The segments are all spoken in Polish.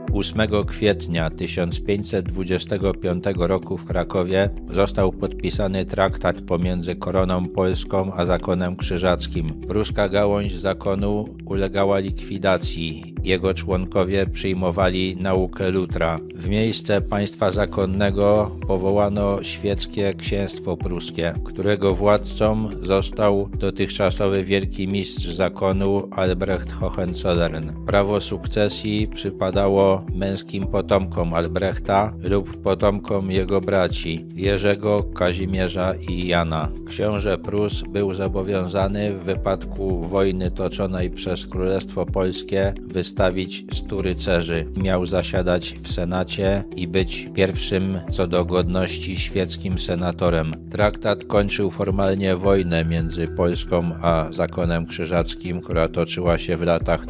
8 kwietnia 1525 roku w Krakowie został podpisany traktat pomiędzy koroną polską a zakonem krzyżackim. Pruska gałąź zakonu ulegała likwidacji. Jego członkowie przyjmowali naukę Lutra. W miejsce państwa zakonnego powołano świeckie księstwo pruskie, którego władcą został dotychczasowy wielki mistrz zakonu Albrecht Hohenzollern. Prawo sukcesji przypadało męskim potomkom Albrechta lub potomkom jego braci Jerzego, Kazimierza i Jana. Książę Prus był zobowiązany w wypadku wojny toczonej przez Królestwo Polskie wystawić 100 rycerzy. Miał zasiadać w Senacie i być pierwszym co do godności świeckim senatorem. Traktat kończył formalnie wojnę między Polską a zakonem krzyżackim, która toczyła się w latach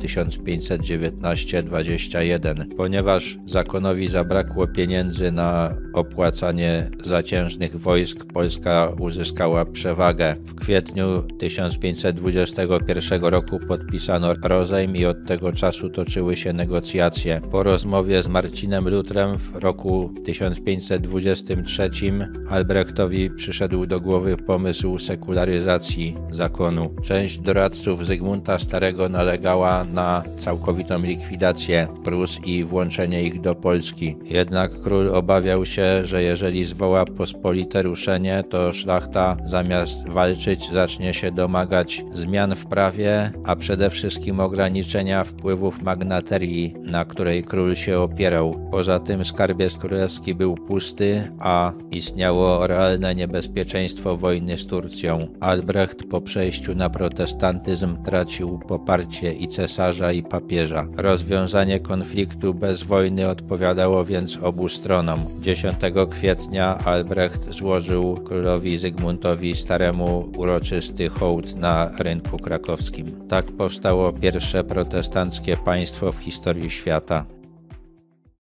1519-21. Ponieważ zakonowi zabrakło pieniędzy na opłacanie zaciężnych wojsk, Polska uzyskała przewagę. W kwietniu 1521 roku podpisano rozejm i od tego czasu toczyły się negocjacje. Po rozmowie z Marcinem Lutrem w roku 1523 Albrechtowi przyszedł do głowy pomysł sekularyzacji zakonu. Część doradców Zygmunta Starego nalegała na całkowitą likwidację Prus i włączenie ich do Polski. Jednak król obawiał się, że jeżeli zwoła pospolite ruszenie, to szlachta zamiast walczyć zacznie się domagać zmian w prawie, a przede wszystkim ograniczenia wpływów magnaterii, na której król się opierał. Poza tym skarbiec królewski był pusty, a istniało realne niebezpieczeństwo wojny z Turcją. Albrecht po przejściu na protestantyzm tracił poparcie i cesarza, i papieża. Rozwiązanie konfliktu bez wojny odpowiadało więc obu stronom. 10 kwietnia Albrecht złożył królowi Zygmuntowi Staremu uroczysty hołd na rynku krakowskim. Tak powstało pierwsze protestanckie państwo w historii świata.